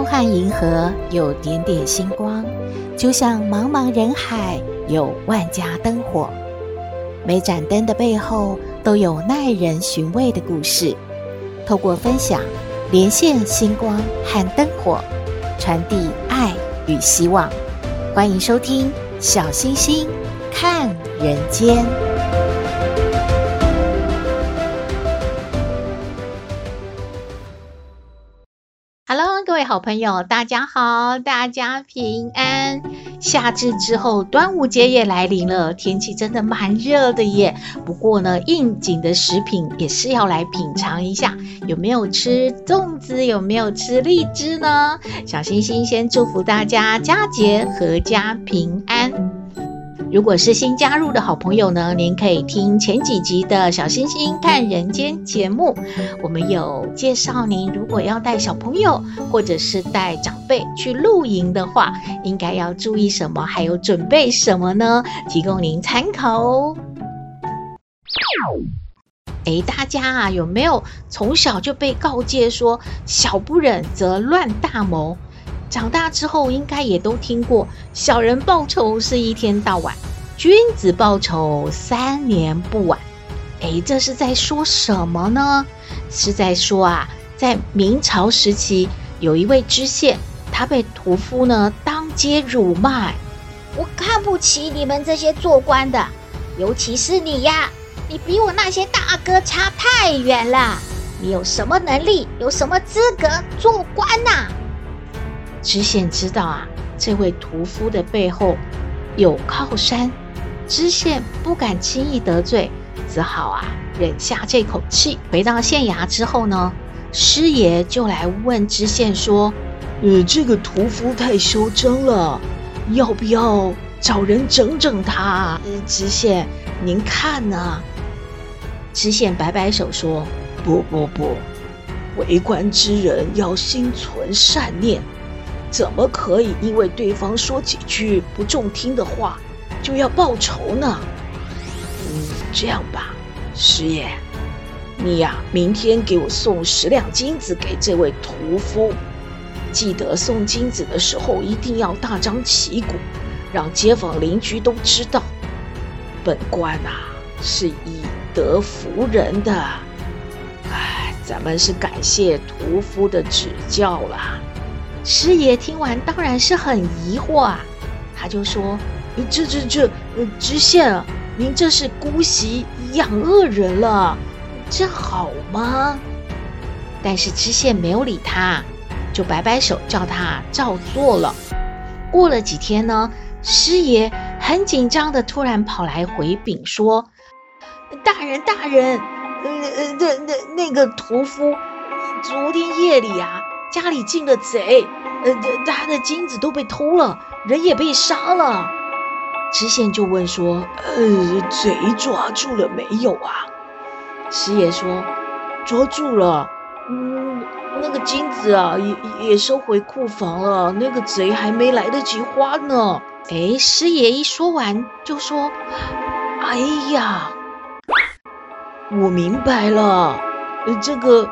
浩瀚银河有点点星光，就像茫茫人海有万家灯火。每盏灯的背后都有耐人寻味的故事。透过分享，连线星光和灯火，传递爱与希望。欢迎收听小星星看人间。Hello， 各位好朋友，大家好，大家平安。夏至之后，端午节也来临了，天气真的蛮热的耶。不过呢，应景的食品也是要来品尝一下，有没有吃粽子，有没有吃荔枝呢？小星星先祝福大家佳节阖家平安。如果是新加入的好朋友呢，您可以听前几集的小星星看人间节目，我们有介绍您如果要带小朋友或者是带长辈去露营的话，应该要注意什么，还有准备什么呢？提供您参考哦。大家啊，有没有从小就被告诫说小不忍则乱大谋？长大之后应该也都听过，小人报仇是一天到晚，君子报仇3年不晚。这是在说什么呢？是在说啊，在明朝时期，有一位知县，他被屠夫呢当街辱骂。 我看不起你们这些做官的，尤其是你呀，你比我那些大哥差太远了。你有什么能力，有什么资格做官啊？ 知县知道啊，这位屠夫的背后有靠山，知县不敢轻易得罪，只好啊忍下这口气。回到县衙之后呢，师爷就来问知县说： 这个屠夫太嚣张了，要不要找人整整他？ 知县您看啊。知县摆摆手说： 不，为官之人要心存善念，怎么可以因为对方说几句不中听的话就要报仇呢？这样吧，师爷，你呀，明天给我送10两金子给这位屠夫，记得送金子的时候一定要大张旗鼓，让街坊邻居都知道，本官啊是以德服人的。咱们是感谢屠夫的指教啦。 师爷听完当然是很疑惑啊，他就说： 知县啊，您这是姑息养恶人了，这好吗？ 但是知县没有理他，就摆摆手叫他照做了。过了几天呢，师爷很紧张的突然跑来回禀说：大人， 那个屠夫昨天夜里啊，家里进了贼，他的金子都被偷了，人也被杀了。 知县就问说： 贼抓住了没有啊？ 师爷说： 抓住了，那个金子啊也收回库房了，那个贼还没来得及花呢。 师爷一说完就说： 哎呀，我明白了，这个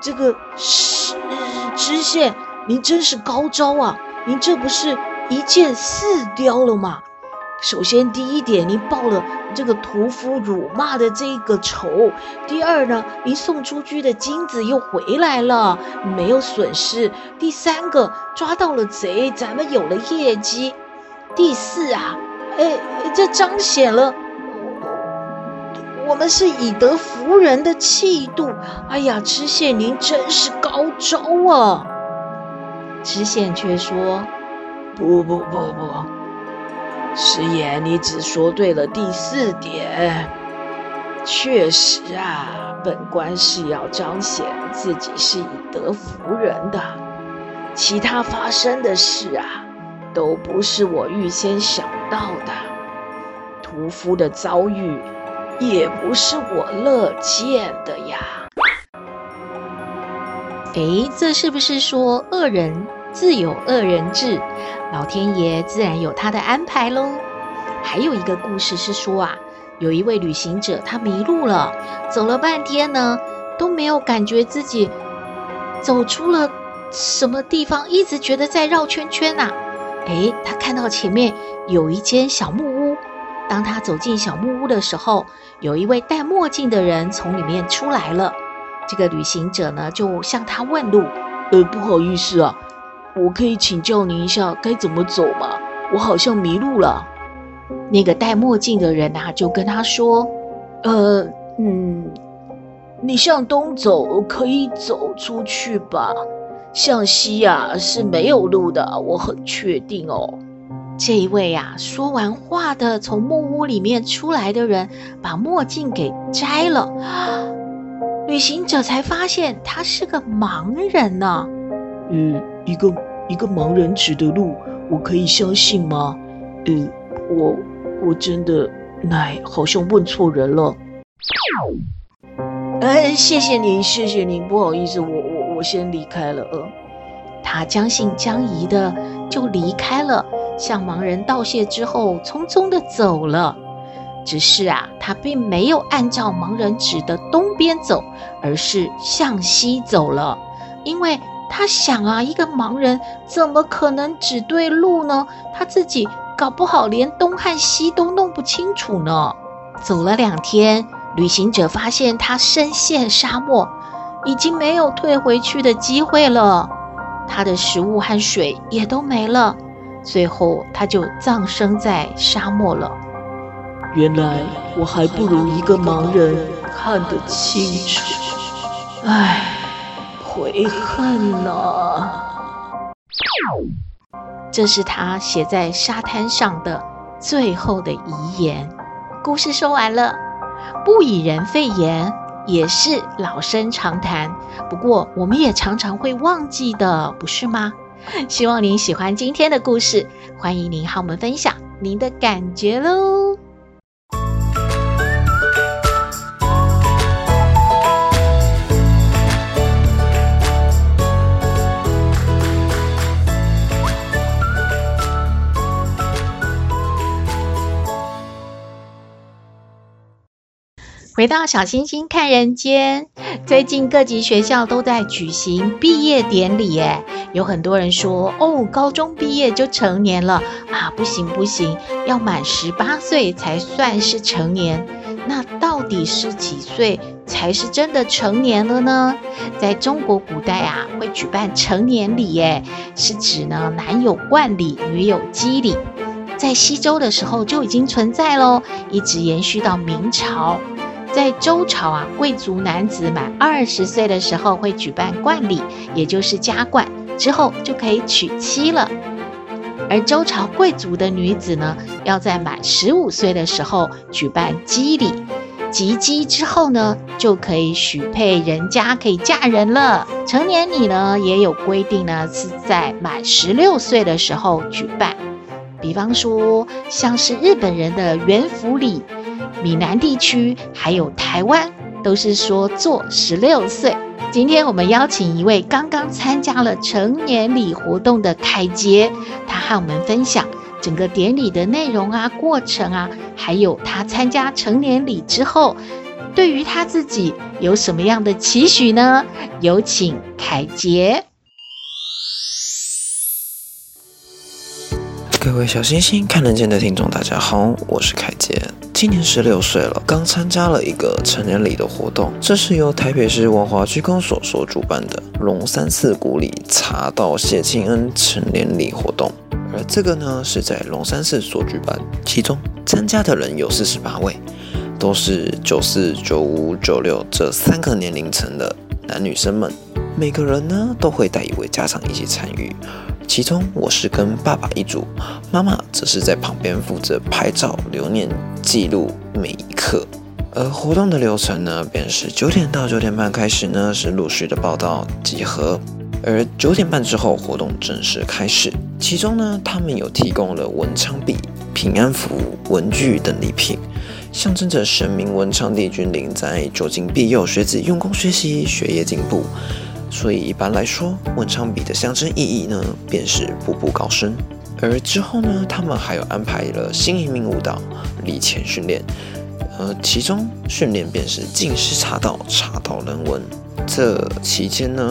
知县，您真是高招啊！您这不是一箭4雕了吗？首先第一点，您报了这个屠夫辱骂的这个仇；第二呢，您送出去的金子又回来了，没有损失；第三个，抓到了贼，咱们有了业绩；第四啊，这彰显了我们是以德服人的气度。哎呀，知县您真是高招啊！ 知县却说： 不，师爷，你只说对了第4点。确实啊，本官是要彰显自己是以德服人的，其他发生的事啊，都不是我预先想到的。屠夫的遭遇也不是我乐见的呀。 这是不是说恶人自有恶人治，老天爷自然有他的安排咯？还有一个故事是说啊，有一位旅行者他迷路了，走了半天呢，都没有感觉自己走出了什么地方一直觉得在绕圈圈啊？他看到前面有一间小木屋。当他走进小木屋的时候，有一位戴墨镜的人从里面出来了。这个旅行者呢，就向他问路。 不好意思啊，我可以请教您一下该怎么走吗？我好像迷路了。 那个戴墨镜的人啊，就跟他说， 你向东走可以走出去吧，向西啊是没有路的，我很确定哦。 这一位啊，说完话的从木屋里面出来的人，把墨镜给摘了。旅行者才发现他是个盲人呢。 一个盲人指的路，我可以相信吗？我真的好像问错人了。谢谢您，不好意思，我先离开了。 他将信将疑的就离开了，向盲人道谢之后，匆匆的走了。只是啊，他并没有按照盲人指的东边走，而是向西走了。因为他想啊，一个盲人怎么可能指对路呢？他自己搞不好连东和西都弄不清楚呢。走了2天，旅行者发现他身陷沙漠，已经没有退回去的机会了。他的食物和水也都没了，最后他就葬身在沙漠了。 原来我还不如一个盲人看得清楚，悔恨啊！ 这是他写在沙滩上的最后的遗言。故事说完了，不以人废言也是老生常谈，不过我们也常常会忘记的，不是吗？希望您喜欢今天的故事，欢迎您和我们分享您的感觉咯。回到小星星看人间，最近各级学校都在举行毕业典礼耶，有很多人说高中毕业就成年了啊，不行，要满18岁才算是成年。那到底是几岁才是真的成年了呢？在中国古代啊，会举办成年礼耶，是指呢男有冠礼，女有笄礼。在西周的时候就已经存在咯，一直延续到明朝。在周朝啊，贵族男子满20岁的时候会举办冠礼，也就是加冠，之后就可以娶妻了。而周朝贵族的女子呢，要在满15岁的时候举办笄礼，及笄之后呢，就可以许配人家，可以嫁人了。成年礼呢，也有规定呢，是在满16岁的时候举办。比方说，像是日本人的元服礼，闽南地区还有台湾都是说做16岁。今天我们邀请一位刚刚参加了成年礼活动的凯杰，他和我们分享整个典礼的内容啊、过程啊，还有他参加成年礼之后对于他自己有什么样的期许呢？有请凯杰。 各位小星星看人间的听众大家好，我是凯杰，今年16岁了，刚参加了一个成年礼的活动，这是由台北市文化区公所所主办的龙山寺古里茶道谢亲恩成年礼活动，而这个呢是在龙山寺所举办，其中参加的人有48位，都是94、95、96这3个年龄层的男女生们，每个人呢都会带一位家长一起参与。其中我是跟爸爸一组，妈妈则是在旁边负责拍照留念，记录每一刻。而活动的流程呢，便是9点到9点半开始呢，是陆续的报到集合，而9点半之后活动正式开始。其中呢，他们有提供了文昌笔、平安符、文具等礼品，象征着神明文昌帝君临在，就近庇佑学子用功学习，学业进步。所以一般来说，文昌笔的象征意义呢，便是步步高升。而之后呢，他们还有安排了新移民舞蹈、礼前训练，其中训练便是进士茶道、茶道人文。这期间呢，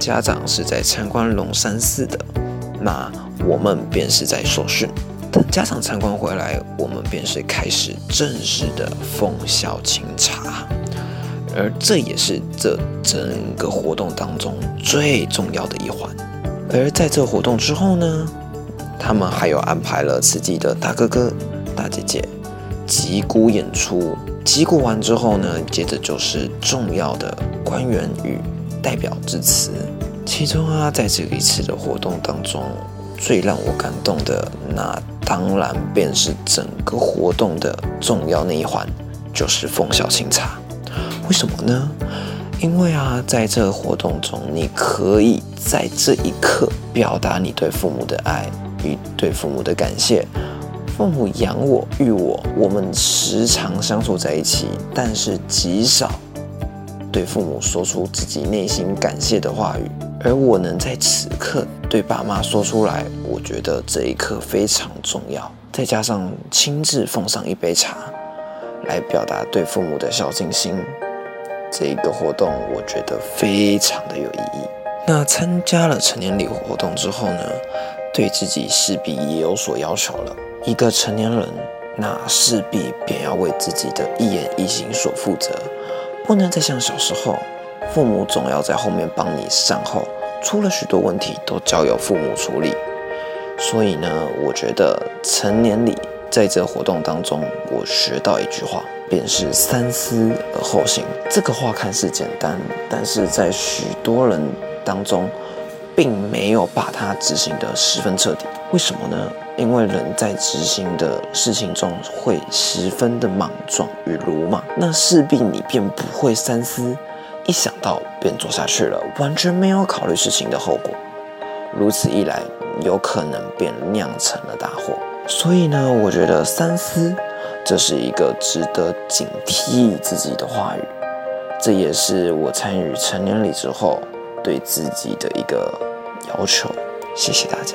家长是在参观龙山寺的，那我们便是在受训。等家长参观回来，我们便是开始正式的奉孝清茶，而这也是这整个活动当中最重要的一环。而在这活动之后呢，他们还有安排了慈济的大哥哥、大姐姐击鼓演出。击鼓完之后呢，接着就是重要的官员与代表致辞。其中在这一次的活动当中，最让我感动的，那当然便是整个活动的重要那一环，就是奉孝清茶。为什么呢？因为在这个活动中，你可以在这一刻表达你对父母的爱与对父母的感谢。父母养我育我，我们时常相处在一起，但是极少对父母说出自己内心感谢的话语。而我能在此刻对爸妈说出来，我觉得这一刻非常重要。再加上亲自奉上一杯茶，来表达对父母的孝敬心，这一个活动我觉得非常的有意义。那参加了成年礼活动之后呢，对自己势必也有所要求了。一个成年人，那势必便要为自己的一言一行所负责，不能再像小时候，父母总要在后面帮你善后，出了许多问题都交由父母处理。所以呢，我觉得成年礼在这活动当中，我学到一句话，便是三思而后行。这个话看似简单，但是在许多人当中，并没有把它执行得十分彻底。为什么呢？因为人在执行的事情中会十分的莽撞与鲁莽，那势必你便不会三思，一想到便做下去了，完全没有考虑事情的后果。如此一来，有可能便酿成了大祸。所以呢，我觉得三思，这是一个值得警惕自己的话语。这也是我参与成年礼之后对自己的一个要求。谢谢大家。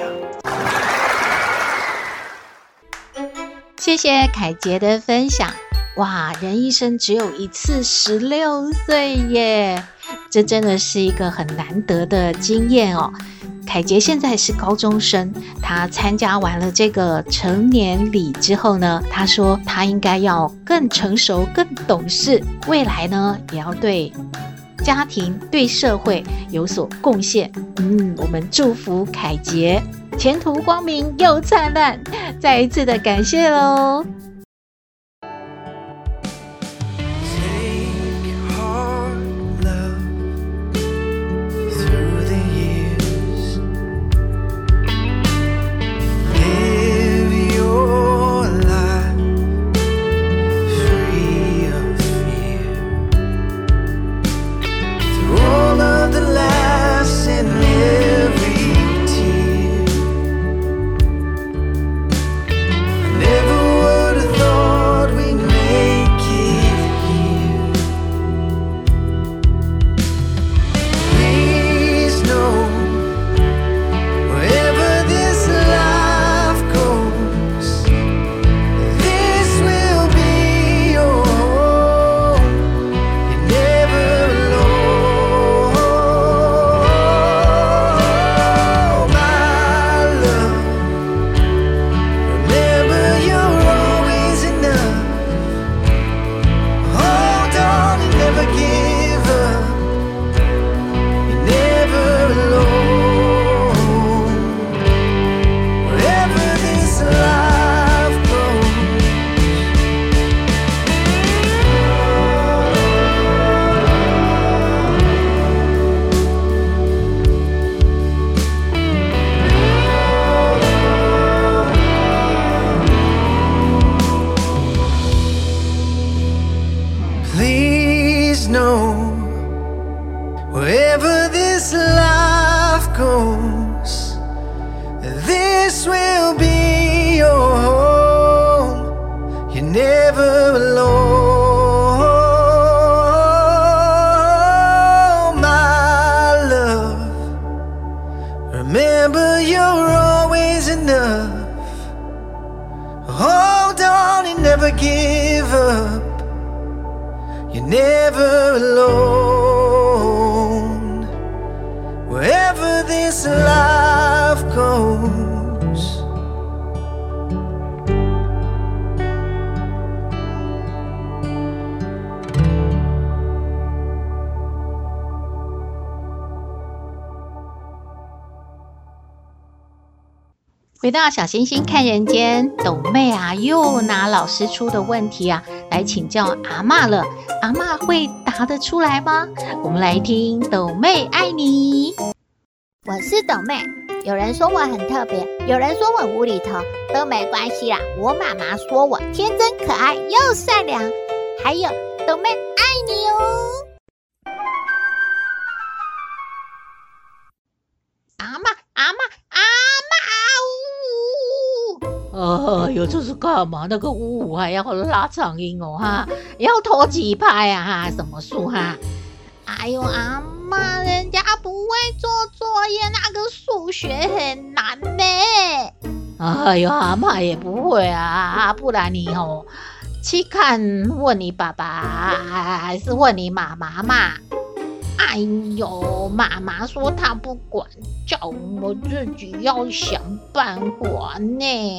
谢谢凯杰的分享。哇，人一生只有一次16岁耶，这真的是一个很难得的经验哦。凯杰现在是高中生，他参加完了这个成年礼之后呢，他说他应该要更成熟、更懂事，未来呢也要对家庭、对社会有所贡献。我们祝福凯杰前途光明又灿烂，再一次的感谢喽。 Wherever this life goes, this will be your home. You're never alone, my love. Remember, you're always enough. Hold on and never give up. You're never alone. 回到小星星看人间，斗妹啊又拿老师出的问题啊来请教阿嬷了，阿嬷会答得出来吗？我们来听斗妹爱你。 我是斗妹，有人说我很特别，有人说我无厘头，都没关系啦。我妈妈说我天真可爱又善良，还有斗妹爱你哦。 哎呦，这是干嘛？那个呜还要拉长音哦哈，要拖几拍啊哈？什么数哈？ 哎呦，阿嬷，人家不会做作业，那个数学很难呢。 哎呦，阿嬷也不会啊，不然你去问你爸爸还是问你妈妈嘛？哎呦，妈妈说她不管，叫我自己要想办法呢。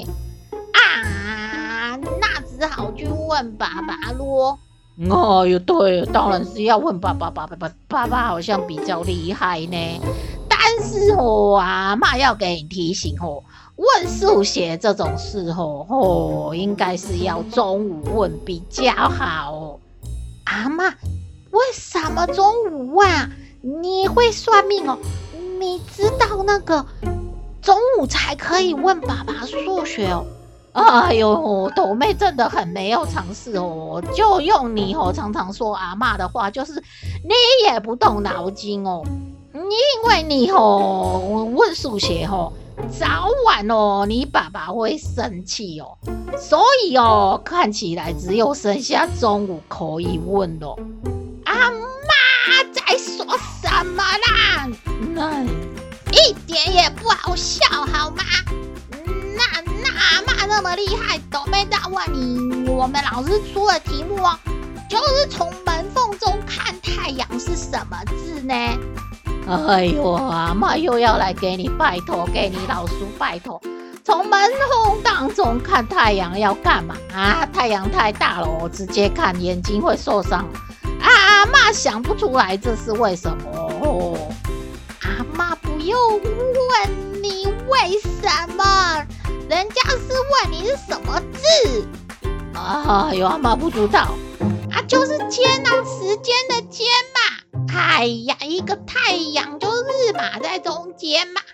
那只好去问爸爸咯。 哎呦，对，当然是要问爸爸，爸爸好像比较厉害呢。但是阿嬷要给你提醒问数学这种事应该是要中午问比较好。 阿嬷，为什么中午问啊？你会算命哦？你知道那个中午才可以问爸爸数学哦？ 哎呦，斗妹真的很没有常识就用你常常说阿嬷的话，就是你也不动脑筋因为你问数学早晚你爸爸会生气所以看起来只有剩下中午可以问了。 阿嬷在说什么啦？一点也不好笑好吗？那阿嬷那么厉害，斗妹在问你，我们老师出的题目就是从门缝中看太阳是什么字呢？ 哎呦，阿嬷又要来给你拜托，给你老师拜托，从门缝当中看太阳要干嘛啊？太阳太大了直接看眼睛会受伤。阿嬷想不出来这是为什么阿嬷不用问你为什么，人家是问你是什么字。 哎呦，阿嬷不知道就是间时间的间嘛。哎呀，一个太阳就日码在中间嘛。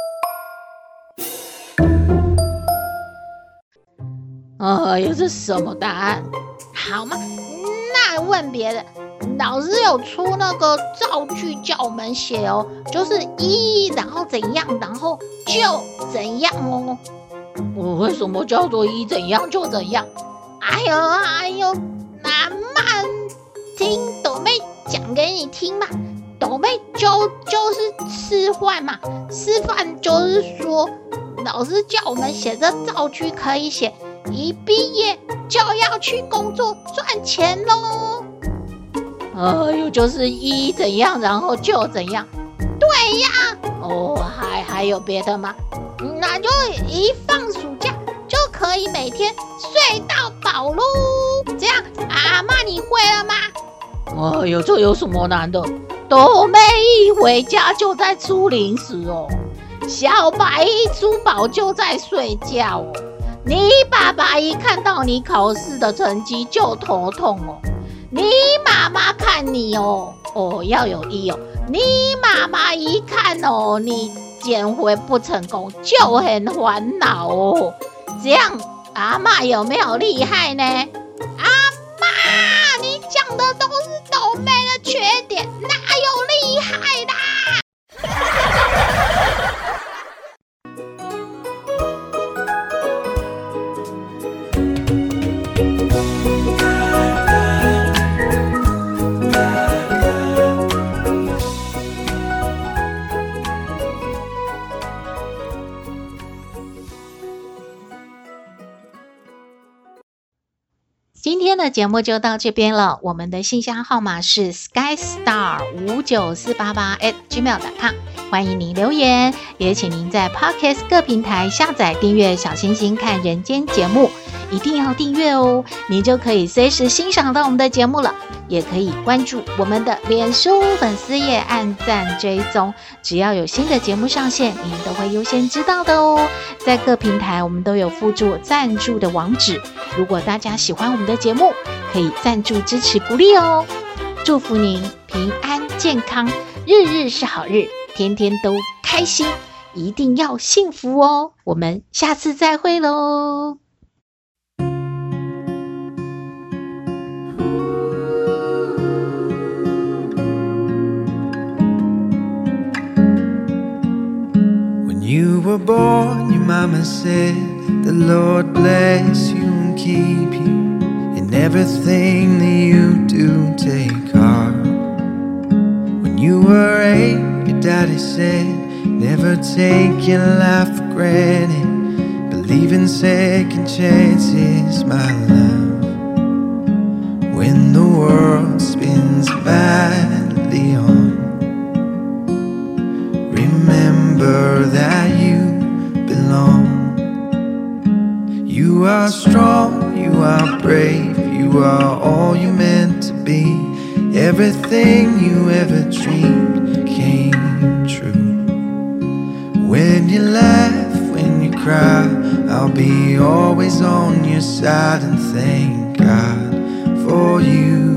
哎呀，这什么答案？ 好嘛，那问别的。老师有出那个造句叫我们写就是一，然后怎样，然后就怎样为什么叫做一怎样就怎样？ 哎呦，阿嬷听斗妹讲给你听嘛。斗妹就是示范嘛，示范就是说，老师叫我们写这造句可以写一毕业就要去工作赚钱咯。 哎呦，就是一怎样，然后就怎样。 对呀。 还有别的吗？ 那就一放暑假就可以每天睡到饱咯。这样，阿嬷你会了吗？ 哎呦，这有什么难的？斗妹一回家就在吃零食小白一吃饱就在睡觉你爸爸一看到你考试的成绩就头痛你妈妈看你要有一你妈妈一看你减肥不成功就很烦恼这样阿嬷有没有厉害呢？ 阿嬷，你讲的都是斗妹的缺点，哪有厉害啦？ 今天的节目就到这边了，我们的信箱号码是 skystar59488@gmail.com， 欢迎您留言，也请您在 Podcast 各平台下载订阅小星星看人间节目， 一定要订阅哦，你就可以随时欣赏到我们的节目了。也可以关注我们的脸书粉丝页，按赞追踪，只要有新的节目上线，您都会优先知道的哦。在各平台我们都有附注赞助的网址，如果大家喜欢我们的节目，可以赞助支持鼓励哦。祝福您平安健康，日日是好日，天天都开心，一定要幸福哦。我们下次再会咯。 You were born, your mama said, the Lord bless you and keep you. In everything that you do, take heart. When you were 8, your daddy said, never take your life for granted. Believe in second chances, my love. When the world spins madly on, remember that you belong. You are strong, you are brave, you are all you meant to be. Everything you ever dreamed came true. When you laugh, when you cry, I'll be always on your side, and thank God for you.